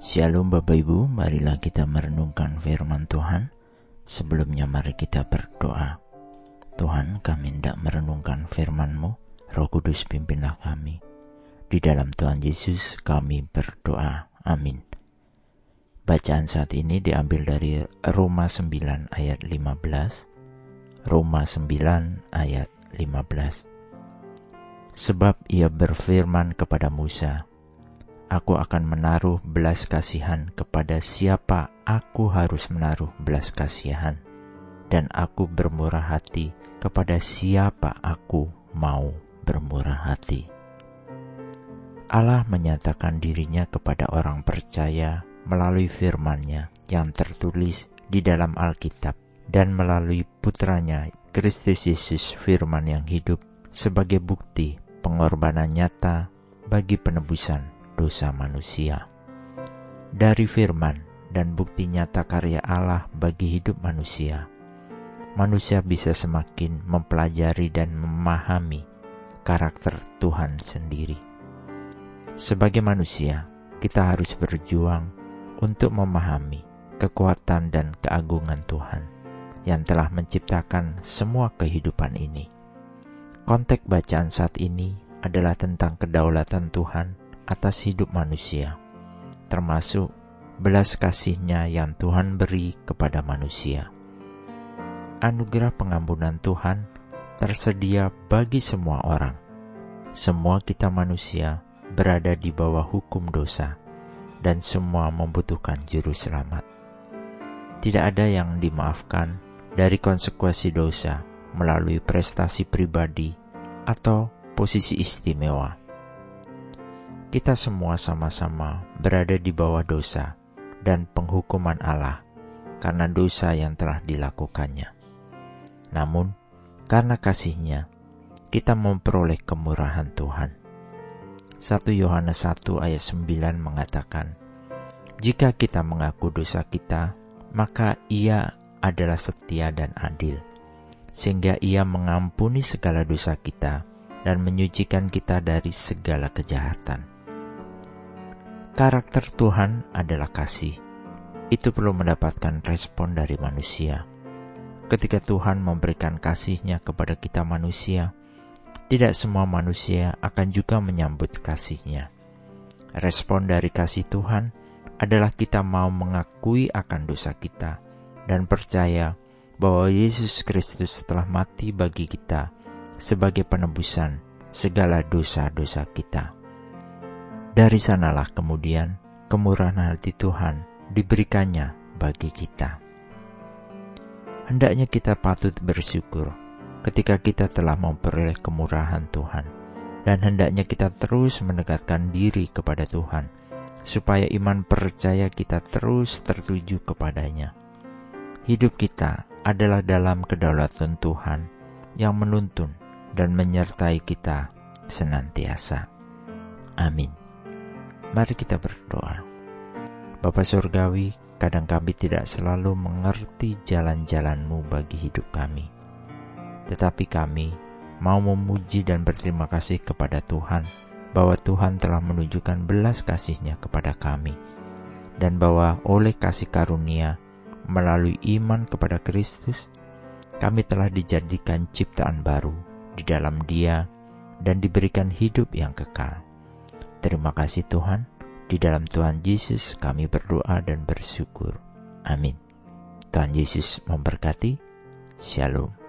Shalom Bapak Ibu, marilah kita merenungkan firman Tuhan. Sebelumnya mari kita berdoa. Tuhan, kami hendak merenungkan firman-Mu, Roh Kudus pimpinlah kami. Di dalam Tuhan Yesus kami berdoa, amin. Bacaan saat ini diambil dari Roma 9 ayat 15. Roma 9 ayat 15. Sebab ia berfirman kepada Musa, Aku akan menaruh belas kasihan kepada siapa aku harus menaruh belas kasihan, dan aku bermurah hati kepada siapa aku mau bermurah hati. Allah menyatakan dirinya kepada orang percaya melalui firman-Nya yang tertulis di dalam Alkitab dan melalui putranya Kristus Yesus firman yang hidup sebagai bukti pengorbanan nyata bagi penebusan dosa manusia. Dari firman dan bukti nyata karya Allah bagi hidup manusia, manusia bisa semakin mempelajari dan memahami karakter Tuhan sendiri. Sebagai manusia, kita harus berjuang untuk memahami kekuatan dan keagungan Tuhan yang telah menciptakan semua kehidupan ini. Konteks bacaan saat ini adalah tentang kedaulatan Tuhan atas hidup manusia, termasuk belas kasih-Nya yang Tuhan beri kepada manusia. Anugerah pengampunan Tuhan tersedia bagi semua orang. Semua kita manusia berada di bawah hukum dosa, dan semua membutuhkan juru selamat. Tidak ada yang dimaafkan dari konsekuensi dosa melalui prestasi pribadi atau posisi istimewa. Kita semua sama-sama berada di bawah dosa dan penghukuman Allah karena dosa yang telah dilakukannya. Namun, karena kasih-Nya, kita memperoleh kemurahan Tuhan. 1 Yohanes 1 ayat 9 mengatakan, Jika kita mengaku dosa kita, maka Ia adalah setia dan adil, sehingga Ia mengampuni segala dosa kita dan menyucikan kita dari segala kejahatan. Karakter Tuhan adalah kasih. Itu perlu mendapatkan respon dari manusia. Ketika Tuhan memberikan kasih-Nya kepada kita manusia, tidak semua manusia akan juga menyambut kasih-Nya. Respon dari kasih Tuhan adalah kita mau mengakui akan dosa kita dan percaya bahwa Yesus Kristus telah mati bagi kita sebagai penebusan segala dosa-dosa kita. Dari sanalah kemudian kemurahan hati Tuhan diberikannya bagi kita. Hendaknya kita patut bersyukur ketika kita telah memperoleh kemurahan Tuhan, dan hendaknya kita terus mendekatkan diri kepada Tuhan, supaya iman percaya kita terus tertuju kepadanya. Hidup kita adalah dalam kedaulatan Tuhan yang menuntun dan menyertai kita senantiasa. Amin. Mari kita berdoa. Bapa Surgawi, kadang kami tidak selalu mengerti jalan-jalan-Mu bagi hidup kami. Tetapi kami mau memuji dan berterima kasih kepada Tuhan bahwa Tuhan telah menunjukkan belas kasih-Nya kepada kami, dan bahwa oleh kasih karunia melalui iman kepada Kristus, kami telah dijadikan ciptaan baru di dalam Dia dan diberikan hidup yang kekal. Terima kasih Tuhan, di dalam Tuhan Yesus kami berdoa dan bersyukur. Amin. Tuhan Yesus memberkati. Shalom.